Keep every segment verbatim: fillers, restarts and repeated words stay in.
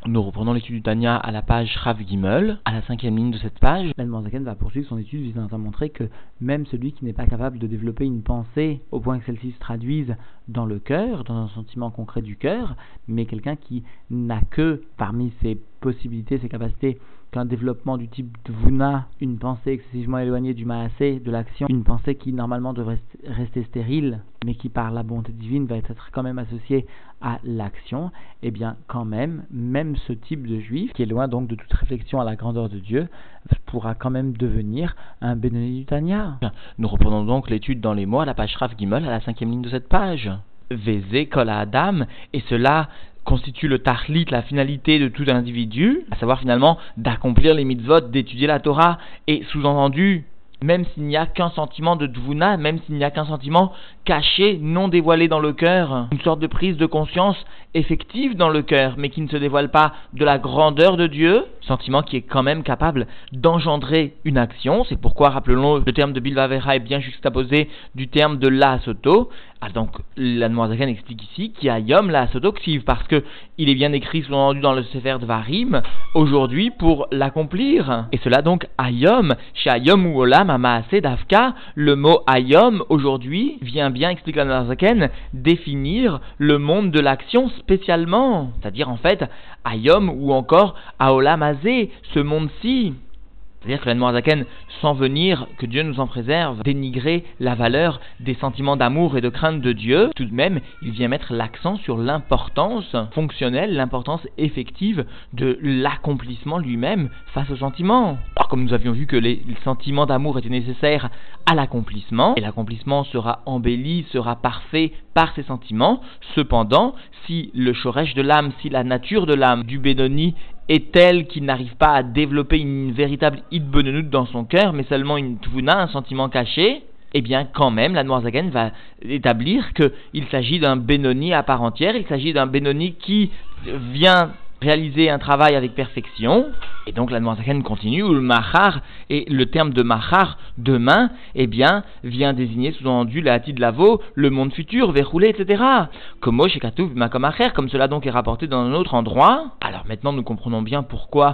Nous reprenons l'étude du Tanya à la page Rav Gimel, à la cinquième ligne de cette page. L'Admor Zaken va poursuivre son étude visant à montrer que même celui qui n'est pas capable de développer une pensée au point que celle-ci se traduise dans le cœur, dans un sentiment concret du cœur, mais quelqu'un qui n'a que parmi ses possibilités, ses capacités, qu'un développement du type Dvuna, une pensée excessivement éloignée du Maasé, de l'action, une pensée qui normalement devrait rester stérile, mais qui par la bonté divine va être quand même associée à l'action, et bien quand même, même ce type de juif, qui est loin donc de toute réflexion à la grandeur de Dieu, pourra quand même devenir un Benoni du Tanya. Nous reprenons donc l'étude dans les mots à la page Rav Gimel, à la cinquième ligne de cette page. Vézé kol Adam, et cela constitue le tahlit, la finalité de tout individu, à savoir finalement d'accomplir les mitzvot, d'étudier la Torah, et sous-entendu, même s'il n'y a qu'un sentiment de dvuna, même s'il n'y a qu'un sentiment caché, non dévoilé dans le cœur, une sorte de prise de conscience effective dans le cœur, mais qui ne se dévoile pas de la grandeur de Dieu, sentiment qui est quand même capable d'engendrer une action. C'est pourquoi, rappelons, le terme de Bilvavera est bien juxtaposé du terme de la soto. Ah, donc l'Admor Zaken explique ici qu'il y a Yom la soto ksiv, parce que il est bien écrit sous-entendu dans le Sefer Dvarim aujourd'hui pour l'accomplir. Et cela donc Ayom, chez Ayom ou Olam Amaase Davka, le mot Ayom aujourd'hui vient bien, explique l'Admor Zaken, définir le monde de l'action spécialement, c'est-à-dire en fait Ayom ou encore Aolam Azé, ce monde-ci. C'est-à-dire que l'Admor Zaken, sans venir, que Dieu nous en préserve, dénigrer la valeur des sentiments d'amour et de crainte de Dieu, tout de même, il vient mettre l'accent sur l'importance fonctionnelle, l'importance effective de l'accomplissement lui-même face aux sentiments. Alors comme nous avions vu que les, les sentiments d'amour étaient nécessaires à l'accomplissement, et l'accomplissement sera embelli, sera parfait par ces sentiments, cependant, si le shoresh de l'âme, si la nature de l'âme du Benoni est telle qu'il n'arrive pas à développer une véritable idbenenout dans son cœur, mais seulement une tvuna, un sentiment caché, eh bien quand même, l'Admor Zaken va établir qu'il s'agit d'un Benoni à part entière, il s'agit d'un Benoni qui vient réaliser un travail avec perfection, et donc l'Admor Zaken continue, où le machar, et le terme de machar, demain, eh bien, vient désigner sous-entendu la hatid lavo, le monde futur, verroulé, et cetera. Comme shekatuv makom acher, comme cela donc est rapporté dans un autre endroit. Alors maintenant nous comprenons bien pourquoi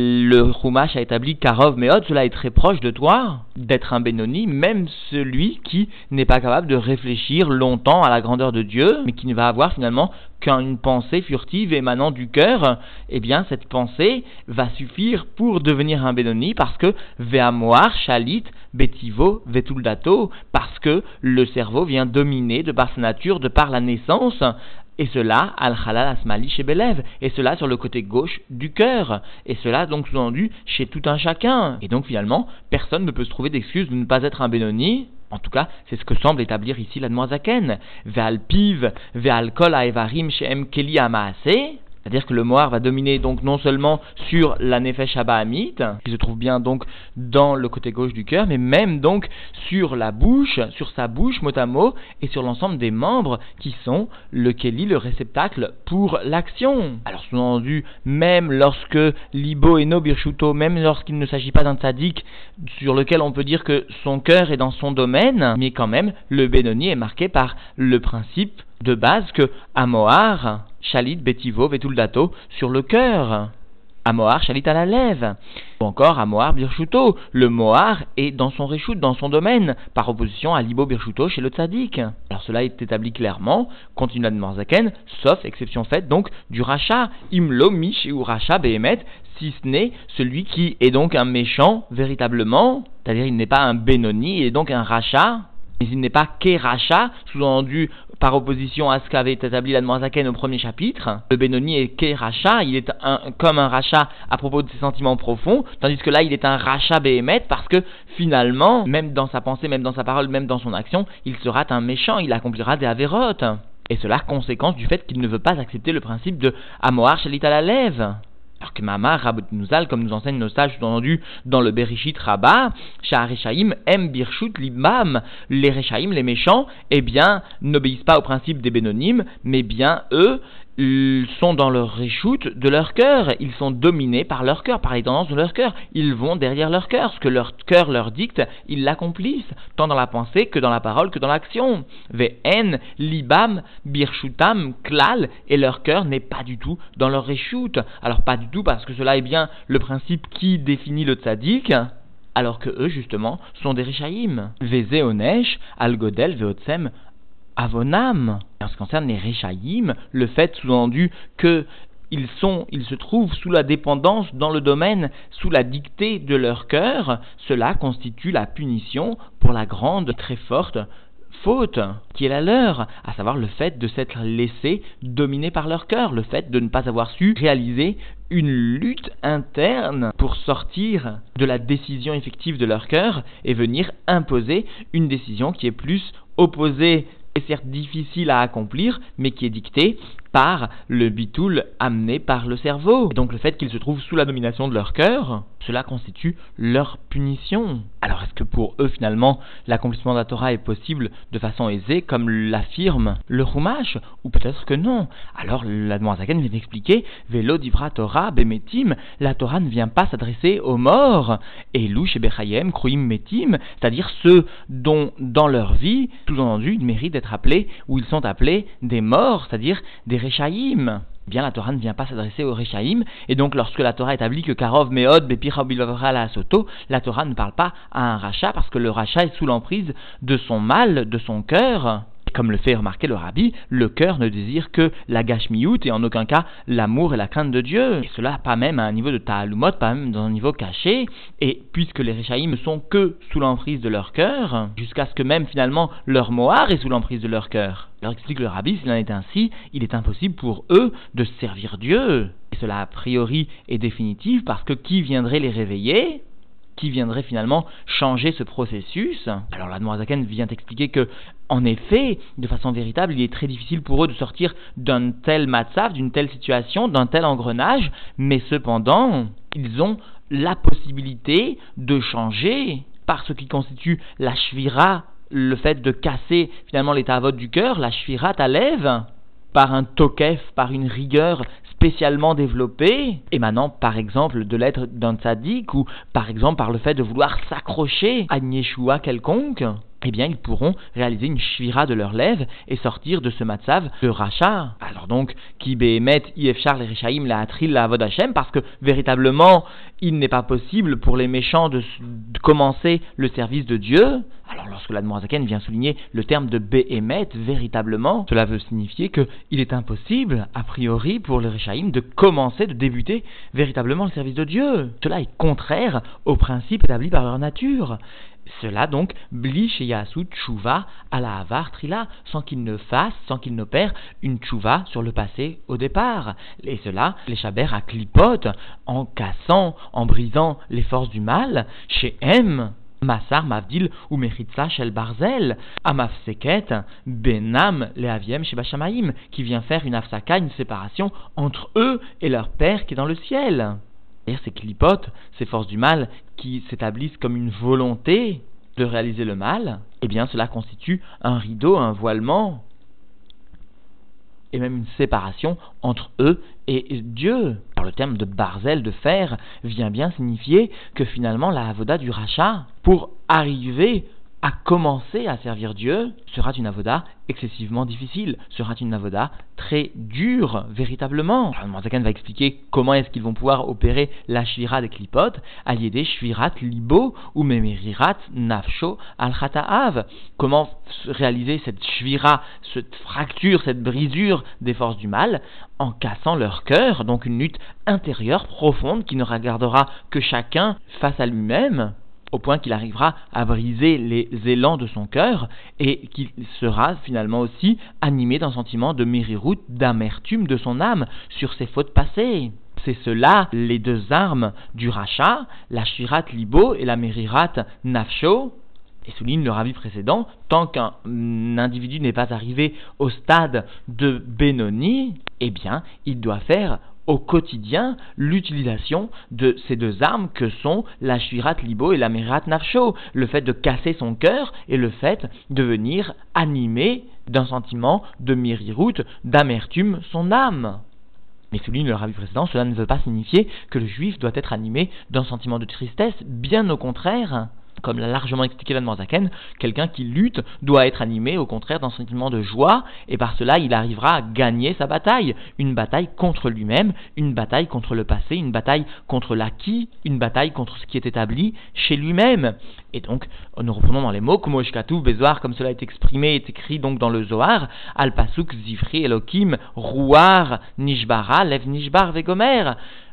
le Chumash a établi Karov Meod, cela est très proche de toi, d'être un Benoni, même celui qui n'est pas capable de réfléchir longtemps à la grandeur de Dieu, mais qui ne va avoir finalement qu'une pensée furtive émanant du cœur, eh bien cette pensée va suffire pour devenir un Benoni, parce que Ve'amoar, Shalit, Betivo, Vetuldato, parce que le cerveau vient dominer de par sa nature, de par la naissance, et cela, al-Halal Asmali chez Belev, et cela sur le côté gauche du cœur, et cela donc sous-entendu chez tout un chacun. Et donc finalement, personne ne peut se trouver d'excuse de ne pas être un Benoni. En tout cas, c'est ce que semble établir ici l'Admor Zaken. Ve'al piv, ve'al kol ha'evarim she'em keli ha'maaseh. C'est-à-dire que le mohar va dominer donc non seulement sur la nefesh habahamit, qui se trouve bien donc dans le côté gauche du cœur, mais même donc sur la bouche, sur sa bouche mot à mot, et sur l'ensemble des membres qui sont le keli, le réceptacle pour l'action. Alors sous-entendu, même lorsque l'ibo et no birshuto, même lorsqu'il ne s'agit pas d'un tzaddik sur lequel on peut dire que son cœur est dans son domaine, mais quand même le Benoni est marqué par le principe de base que Amohar, Shalit, Betivo, Vetuldato sur le cœur. Amohar, Shalit à la lèvre. Ou encore Amohar, Birshuto. Le Mohar est dans son Réchout, dans son domaine, par opposition à Libo Birshuto chez le Tzadik. Alors cela est établi clairement, continue l'Admor Zaken, sauf exception faite donc du Racha. Imlo, Mish ou Racha, Behemet, si ce n'est celui qui est donc un méchant véritablement, c'est-à-dire il n'est pas un Benoni, il est donc un Racha. Mais il n'est pas Keracha, sous-entendu par opposition à ce qu'avait établi l'Admor Zaken au premier chapitre. Le Benoni est Keracha, il est un, comme un Racha à propos de ses sentiments profonds, tandis que là il est un Racha Behemet, parce que finalement, même dans sa pensée, même dans sa parole, même dans son action, il sera un méchant, il accomplira des avérotes. Et cela conséquence du fait qu'il ne veut pas accepter le principe de Amohar Shalit à la lèvre. Alors que Mamar Rabot Nouzal, comme nous enseignent nos sages sous-entendus dans le Bereshit Rabbah, Sha'arechaim em birshut libam, les Rechaim, les méchants, eh bien, n'obéissent pas au principe des Bénonim, mais bien eux, ils sont dans leur réchoute de leur cœur, ils sont dominés par leur cœur, par les tendances de leur cœur, ils vont derrière leur cœur, ce que leur cœur leur dicte, ils l'accomplissent, tant dans la pensée que dans la parole que dans l'action. Ve'en, libam, birshutam, klal, et leur cœur n'est pas du tout dans leur réchoute. Alors pas du tout parce que cela est bien le principe qui définit le tzaddik, alors que eux, justement, sont des Réchaïm. Veze onesh, algodel veotsem, avonam. En ce qui concerne les Réchaïm, le fait sous-entendu que ils sont, ils se trouvent sous la dépendance dans le domaine, sous la dictée de leur cœur, cela constitue la punition pour la grande, très forte faute qui est la leur, à savoir le fait de s'être laissé dominer par leur cœur, le fait de ne pas avoir su réaliser une lutte interne pour sortir de la décision effective de leur cœur et venir imposer une décision qui est plus opposée et certes difficile à accomplir, mais qui est dictée par le bitoul amené par le cerveau. Et donc le fait qu'ils se trouvent sous la domination de leur cœur, cela constitue leur punition. Alors est-ce que pour eux finalement l'accomplissement de la Torah est possible de façon aisée comme l'affirme le Chumash, ou peut-être que non? Alors l'Admor Zaken vient d'expliquer Velo divra Torah bemetim, la Torah ne vient pas s'adresser aux morts, et Lou shebechayem kruim metim, c'est-à-dire ceux dont dans leur vie, tout entendu, ils méritent d'être appelés, ou ils sont appelés des morts, c'est-à-dire des Réchaïm. Eh bien, la Torah ne vient pas s'adresser aux Réchaïm, et donc lorsque la Torah établit que Karov Meod Bepira Bilavra la Soto, la Torah ne parle pas à un rachat parce que le rachat est sous l'emprise de son mal, de son cœur. Comme le fait remarquer le Rabbi, le cœur ne désire que la gashmiout et en aucun cas l'amour et la crainte de Dieu. Et cela pas même à un niveau de ta'alumot, pas même dans un niveau caché. Et puisque les Réchaïm ne sont que sous l'emprise de leur cœur, jusqu'à ce que même finalement leur Moar est sous l'emprise de leur cœur. Alors explique le Rabbi, s'il en est ainsi, il est impossible pour eux de servir Dieu. Et cela a priori est définitif parce que qui viendrait les réveiller ? Qui viendrait finalement changer ce processus? Alors l'Admor Zaken vient expliquer que, en effet, de façon véritable, il est très difficile pour eux de sortir d'un tel matzav, d'une telle situation, d'un tel engrenage, mais cependant, ils ont la possibilité de changer par ce qui constitue la shvira, le fait de casser finalement les ta'avot du cœur, la shvira t'alève, par un tokef, par une rigueur spécialement développée, émanant par exemple de l'être d'un tzaddik ou par exemple par le fait de vouloir s'accrocher à une yeshua quelconque, eh bien ils pourront réaliser une shvira de leurs lèvres et sortir de ce matzav de rachat. Alors donc, ki behemet ifchar les rechaim la atril la avod Hashem, parce que véritablement il n'est pas possible pour les méchants de, de commencer le service de Dieu. Alors lorsque l'Admor Zaken vient souligner le terme de behemet, véritablement, cela veut signifier que il est impossible, a priori, pour les rechaim de commencer, de débuter véritablement le service de Dieu. Cela est contraire aux principes établis par leur nature. Cela donc, bli sheyasu tshuva à la avar trila, sans qu'il ne fasse, sans qu'il n'opère une tshuva sur le passé au départ. Et cela, les chaber à klipot, en cassant, en brisant les forces du mal, chez M. Massar Mavdil ou Meritza Shel Barzel, Amafseket, Benam Leaviem Shebashamaim, qui vient faire une afsaka, une séparation entre eux et leur Père qui est dans le ciel. C'est-à-dire ces clipotes, ces forces du mal qui s'établissent comme une volonté de réaliser le mal, eh bien cela constitue un rideau, un voilement, et même une séparation entre eux et Dieu. Alors le terme de barzel, de fer, vient bien signifier que finalement la avoda du rachat, pour arriver à commencer à servir Dieu, sera une avoda excessivement difficile, sera une avoda très dure, véritablement. Alors, le Manzakan va expliquer comment est-ce qu'ils vont pouvoir opérer la shvira des klipot, à l'idée shvirat libo ou memerirat nafsho al chata'av. Comment réaliser cette shvira, cette fracture, cette brisure des forces du mal, en cassant leur cœur, donc une lutte intérieure profonde qui ne regardera que chacun face à lui-même, au point qu'il arrivera à briser les élans de son cœur et qu'il sera finalement aussi animé d'un sentiment de mériroute, d'amertume de son âme sur ses fautes passées. C'est cela les deux armes du rachat, la shvirat libo et la merirat nafsho. Et souligne le rabbi précédent, tant qu'un individu n'est pas arrivé au stade de Benoni, eh bien il doit faire au quotidien l'utilisation de ces deux armes que sont la shvirat libo et la merirat nafsho, le fait de casser son cœur et le fait de venir animer d'un sentiment de mirirout, d'amertume son âme. Mais souligne le rabbi précédent, cela ne veut pas signifier que le juif doit être animé d'un sentiment de tristesse, bien au contraire. Comme l'a largement expliqué l'Admor Zaken, quelqu'un qui lutte doit être animé au contraire d'un sentiment de joie, et par cela il arrivera à gagner sa bataille, une bataille contre lui-même, une bataille contre le passé, une bataille contre l'acquis, une bataille contre ce qui est établi chez lui-même. Et donc, nous reprenons dans les mots, comme Oshkatu, Bezoar, comme cela est exprimé, est écrit donc dans le Zohar, Al Pasuk, Zifri, Elokim, Rouar, Nishbara, Lev Nishbar, Vegomer.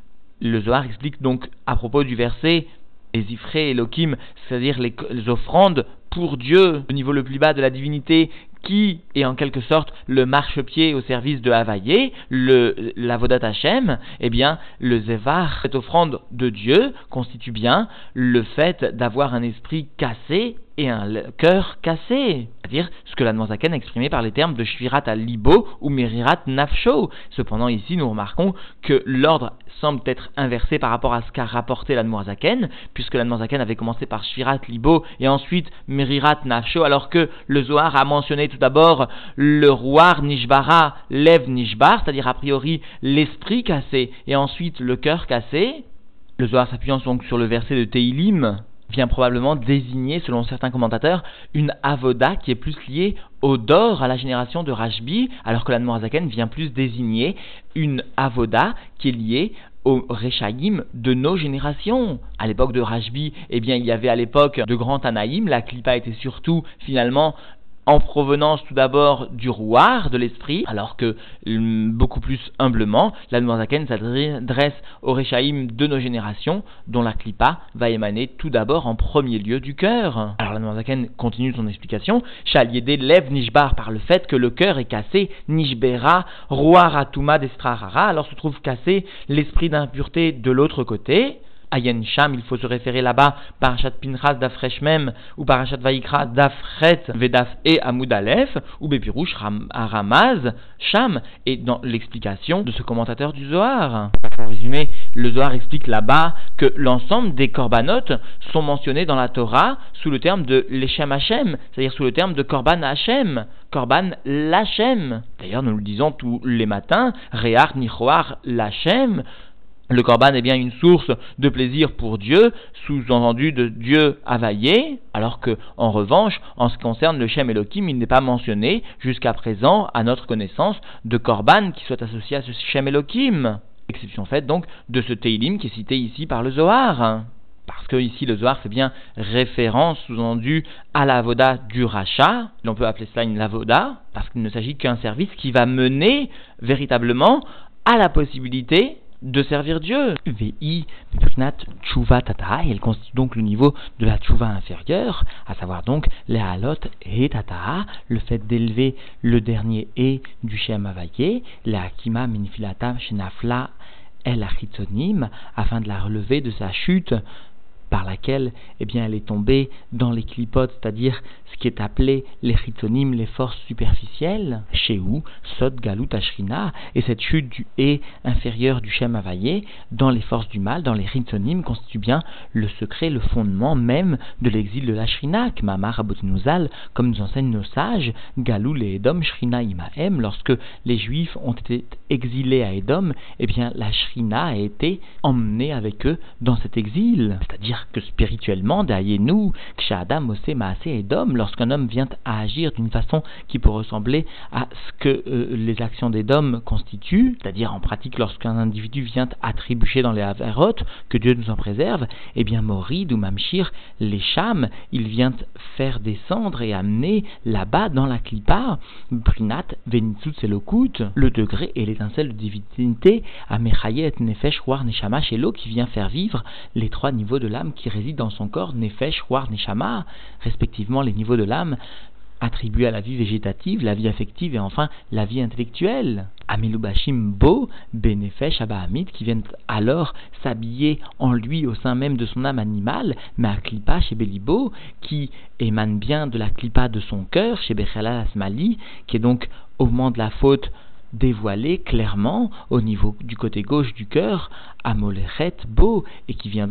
Le Zohar explique donc à propos du verset les Ifré et Elohim, c'est-à-dire les, les offrandes pour Dieu, au niveau le plus bas de la divinité, qui est en quelque sorte le marchepied au service de Havayé, le l'Avodat Hashem, eh bien, le Zevar, cette offrande de Dieu, constitue bien le fait d'avoir un esprit cassé et un cœur cassé. C'est-à-dire ce que l'Admor Zaken a exprimé par les termes de Shvirat al-Libo ou Merirat Nafsho. Cependant, ici, nous remarquons que l'ordre semble être inversé par rapport à ce qu'a rapporté l'Admor Zaken, puisque l'Admor Zaken avait commencé par Shvirat Libo et ensuite Merirat Nafsho, alors que le Zohar a mentionné tout d'abord le Rouar Nishbara, Lev Nishbar, c'est-à-dire a priori l'esprit cassé et ensuite le cœur cassé. Le Zohar s'appuyant donc sur le verset de Teilim vient probablement désigner, selon certains commentateurs, une avoda qui est plus liée au dor, à la génération de Rashbi, alors que l'Admor Zaken vient plus désigner une avoda qui est liée au Rechaïm de nos générations. À l'époque de Rashbi, eh bien, il y avait à l'époque de grands Tanaïm, la Klippa était surtout, finalement, en provenance tout d'abord du rouar, de l'esprit, alors que beaucoup plus humblement, l'Admor Zaken s'adresse au Rechaïm de nos générations, dont la Klippa va émaner tout d'abord en premier lieu du cœur. Alors l'Admor Zaken continue son explication, Shaliédé lève Nishbar par le fait que le cœur est cassé, Nishbera, rouar atuma destrarara, alors se trouve cassé l'esprit d'impureté de l'autre côté. Ayen Sham, il faut se référer là-bas, Parashat Pinchas Daf Resh Mem, ou Parashat Vayikra Daf Chet Vedaf E Amud Aleph, ou Bepirouche Aramaz Sham, et dans l'explication de ce commentateur du Zohar. Pour résumer, le Zohar explique là-bas que l'ensemble des korbanot sont mentionnés dans la Torah sous le terme de Leshem Hashem, c'est-à-dire sous le terme de Korban Hashem, Korban Lachem. D'ailleurs, nous le disons tous les matins, Reach Nichoar Lachem. Le korban est bien une source de plaisir pour Dieu, sous-entendu de Dieu Havayé, alors que, en revanche, en ce qui concerne le Shem Elohim, il n'est pas mentionné, jusqu'à présent, à notre connaissance, de korban qui soit associé à ce Shem Elohim. Exception faite donc de ce Teilim qui est cité ici par le Zohar. Parce que ici le Zohar fait bien référence, sous-entendu, à la avoda du rachat. On peut appeler cela une lavoda, parce qu'il ne s'agit qu'un service qui va mener véritablement à la possibilité de servir Dieu. Vi, Pnat Tshuva Tata, elle constitue donc le niveau de la Tshuva inférieure, à savoir donc les halot et Tata, le fait d'élever le dernier et du Shem Havayé, la Akima Minfilatam Shenafla El Achitonim, afin de la relever de sa chute par laquelle eh bien, elle est tombée dans les clipotes, c'est-à-dire ce qui est appelé les chitonim, les forces superficielles, chez où Sod Galut Ashrina, et cette chute du et inférieur du Shem Havayé dans les forces du mal, dans les chitonim, constitue bien le secret, le fondement même de l'exil de la Shrina, Kmamar Abotinuzal, comme nous enseignent nos sages, Galou les Edom, Shrina Imahem, lorsque les Juifs ont été exilés à Edom, eh bien la Shrina a été emmenée avec eux dans cet exil, c'est-à-dire que spirituellement, Dayenu, Kshadam, Mosé, Maasé et Dom, lorsqu'un homme vient à agir d'une façon qui peut ressembler à ce que euh, les actions des Dom constituent, c'est-à-dire en pratique lorsqu'un individu vient à trébucher dans les Averot, que Dieu nous en préserve, eh bien Morid ou Mamshir, les Cham, il vient faire descendre et amener là-bas dans la Klippa, Prinat, Venitsut, Selokut, le degré et l'étincelle de divinité, Amechayet, Nefesh, War, Neshama, Shelo, qui vient faire vivre les trois niveaux de l'âme qui réside dans son corps, Nefesh, War, Neshama, respectivement les niveaux de l'âme attribués à la vie végétative, la vie affective et enfin la vie intellectuelle. Amilubashim Bo, Benefesh, Abahamid, qui viennent alors s'habiller en lui au sein même de son âme animale, mais à Klippa chez Belibo, qui émane bien de la Klippa de son cœur, chez Bechalal Asmali, qui est donc au moment de la faute dévoilé clairement au niveau du côté gauche du cœur, Amolechet Bo, et qui vient donc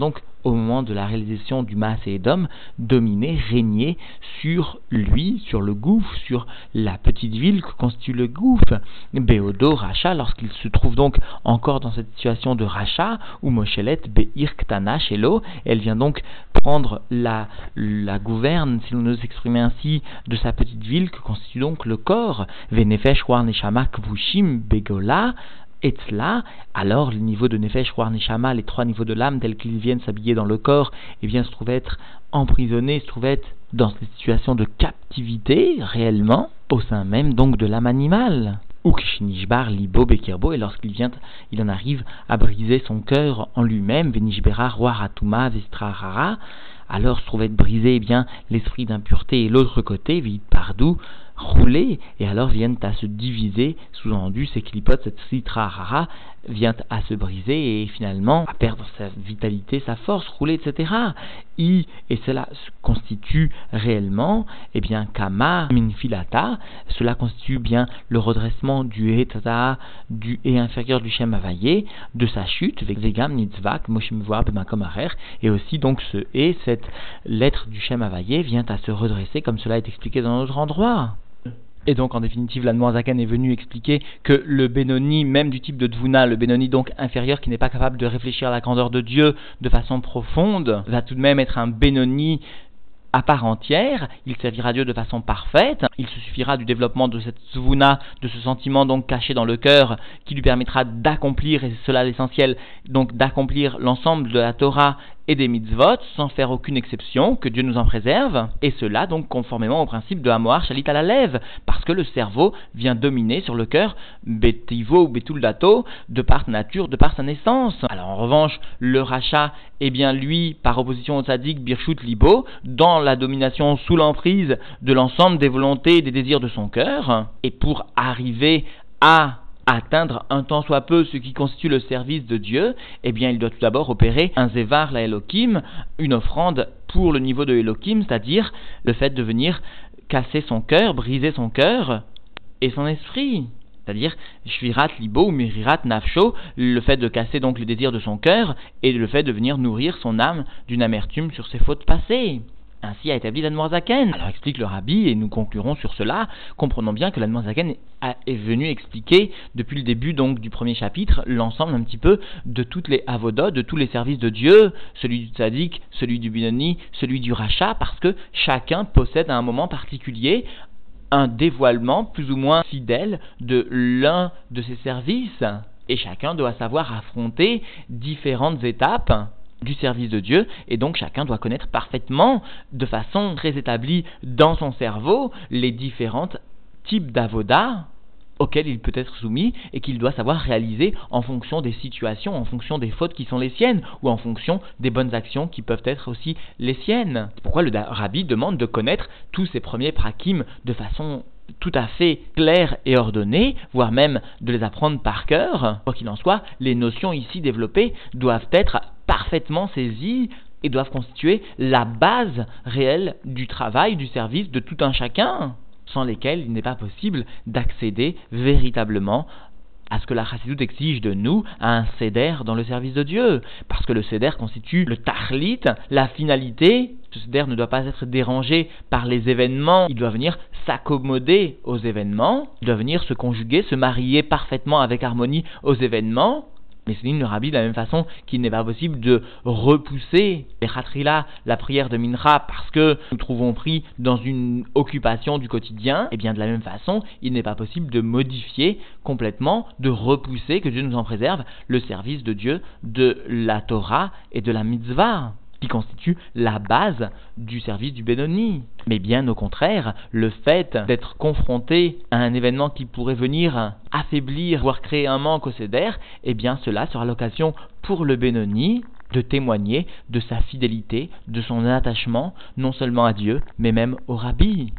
au moment de la réalisation du Maaseh Edom, dominer, régner sur lui, sur le gouffre, sur la petite ville que constitue le gouffre. Béodo, Racha, lorsqu'il se trouve donc encore dans cette situation de Racha, ou Moshelet, Be'ir Ktana, Shelo, elle vient donc prendre la, la gouverne, si l'on nous exprimer ainsi, de sa petite ville que constitue donc le corps. Venefesh, War, Neshama, Kvushim, Begola, et cela, alors le niveau de Nefesh, Ruach, Neshama, les trois niveaux de l'âme tels qu'ils viennent s'habiller dans le corps, et bien se trouvent être emprisonnés, se trouvent être dans cette situation de captivité, réellement, au sein même donc de l'âme animale. Ou Kishinishbar, Libo, Bekirbo, et lorsqu'il vient, il en arrive à briser son cœur en lui-même, Venishbera, Ruach, Atuma, Vestrahara, alors se trouve être brisé, eh bien, l'esprit d'impureté et l'autre côté, Vit Pardou, rouler, et alors viennent à se diviser, sous-entendu, ces clipotes, cette citra rara, vient à se briser et finalement à perdre sa vitalité, sa force, rouler, et cetera. I, et cela constitue réellement, eh bien, kama minfilata, cela constitue bien le redressement du etata, du et inférieur du Shem Havayé, de sa chute, vegam nitzvak, moshimvoa b'makom arer, et aussi donc ce et, cette lettre du Shem Havayé vient à se redresser, comme cela est expliqué dans notre endroit. Et donc, en définitive, l'Admour Zaken est venu expliquer que le Benoni, même du type de Dvuna, le Benoni donc inférieur qui n'est pas capable de réfléchir à la grandeur de Dieu de façon profonde, va tout de même être un Benoni à part entière, il servira Dieu de façon parfaite, il se suffira du développement de cette Zvuna, de ce sentiment donc caché dans le cœur, qui lui permettra d'accomplir, et c'est cela l'essentiel, donc d'accomplir l'ensemble de la Torah et des mitzvot, sans faire aucune exception, que Dieu nous en préserve, et cela donc conformément au principe de Hamoar Shalit à la lève, parce que le cerveau vient dominer sur le cœur, Betivo ou Betul Dato, de par sa nature, de par sa naissance. Alors en revanche, le Racha, eh bien lui, par opposition au Tzadik, Birshut Libo, dans la domination sous l'emprise de l'ensemble des volontés et des désirs de son cœur, et pour arriver à atteindre un tant soit peu ce qui constitue le service de Dieu, eh bien il doit tout d'abord opérer un Zevar la Elohim, une offrande pour le niveau de Elohim, c'est-à-dire le fait de venir casser son cœur, briser son cœur et son esprit. C'est-à-dire Shvirat Libo ou Mirirat Nafsho, le fait de casser donc le désir de son cœur et le fait de venir nourrir son âme d'une amertume sur ses fautes passées. Ainsi a établi l'Admour Zaken. Alors explique le Rabbi, et nous conclurons sur cela. Comprenons bien que l'Admour Zaken est venu expliquer, depuis le début donc du premier chapitre, l'ensemble un petit peu de toutes les avodot, de tous les services de Dieu, celui du Tzadik, celui du Binoni, celui du Racha, parce que chacun possède à un moment particulier un dévoilement plus ou moins fidèle de l'un de ses services. Et chacun doit savoir affronter différentes étapes du service de Dieu, et donc chacun doit connaître parfaitement, de façon très établie dans son cerveau, les différents types d'avoda auxquels il peut être soumis et qu'il doit savoir réaliser en fonction des situations, en fonction des fautes qui sont les siennes, ou en fonction des bonnes actions qui peuvent être aussi les siennes. C'est pourquoi le Rabbi demande de connaître tous ces premiers prakim de façon tout à fait claire et ordonnée, voire même de les apprendre par cœur. Quoi qu'il en soit, les notions ici développées doivent être parfaitement saisies et doivent constituer la base réelle du travail, du service de tout un chacun, sans lesquels il n'est pas possible d'accéder véritablement à ce que la Chassidoute exige de nous, à un seder dans le service de Dieu. Parce que le seder constitue le tachlit, la finalité. Ce seder ne doit pas être dérangé par les événements, il doit venir s'accommoder aux événements, il doit venir se conjuguer, se marier parfaitement avec harmonie aux événements. Mais souligne le Rabbi de la même façon qu'il n'est pas possible de repousser les Khatrila, la prière de Mincha, parce que nous trouvons pris dans une occupation du quotidien. Et bien de la même façon, il n'est pas possible de modifier complètement, de repousser, que Dieu nous en préserve, le service de Dieu de la Torah et de la Mitzvah, qui constitue la base du service du Benoni. Mais bien au contraire, le fait d'être confronté à un événement qui pourrait venir affaiblir, voire créer un manque au Seder, eh bien cela sera l'occasion pour le Benoni de témoigner de sa fidélité, de son attachement, non seulement à Dieu, mais même au Rabbi.